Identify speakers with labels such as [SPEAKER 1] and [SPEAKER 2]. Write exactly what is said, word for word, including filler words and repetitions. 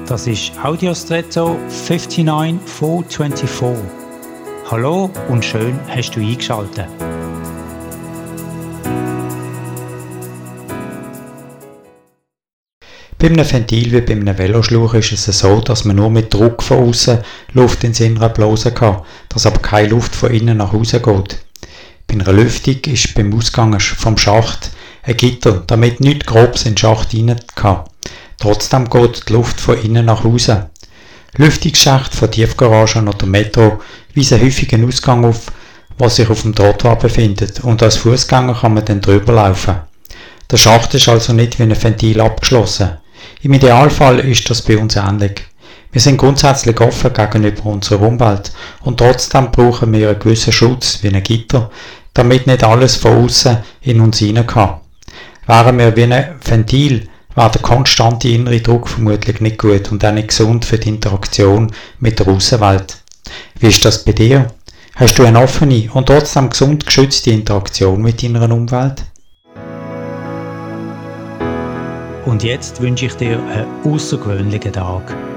[SPEAKER 1] Das ist Audiostretto neunundfünfzig vierhundertvierundzwanzig. Hallo und schön hast du eingeschaltet.
[SPEAKER 2] Bei einem Ventil wie bei einem Veloschlauch ist es so, dass man nur mit Druck von außen Luft ins Innere blasen kann, dass aber keine Luft von innen nach außen geht. Bei einer Lüftung ist beim Ausgang vom Schacht ein Gitter, damit nichts Grobes in den Schacht rein kann. Trotzdem geht die Luft von innen nach außen. Lüftungsschächte von Tiefgaragen oder Metro weisen häufig einen Ausgang auf, was sich auf dem Trottoir befindet, und als Fußgänger kann man dann drüber laufen. Der Schacht ist also nicht wie ein Ventil abgeschlossen. Im Idealfall ist das bei uns ähnlich. Wir sind grundsätzlich offen gegenüber unserer Umwelt und trotzdem brauchen wir einen gewissen Schutz wie ein Gitter, damit nicht alles von außen in uns hinein kann. Wären wir wie ein Ventil, wäre der konstante innere Druck vermutlich nicht gut und auch nicht gesund für die Interaktion mit der Aussenwelt. Wie ist das bei dir? Hast du eine offene und trotzdem gesund geschützte Interaktion mit deiner Umwelt?
[SPEAKER 1] Und jetzt wünsche ich dir einen außergewöhnlichen Tag.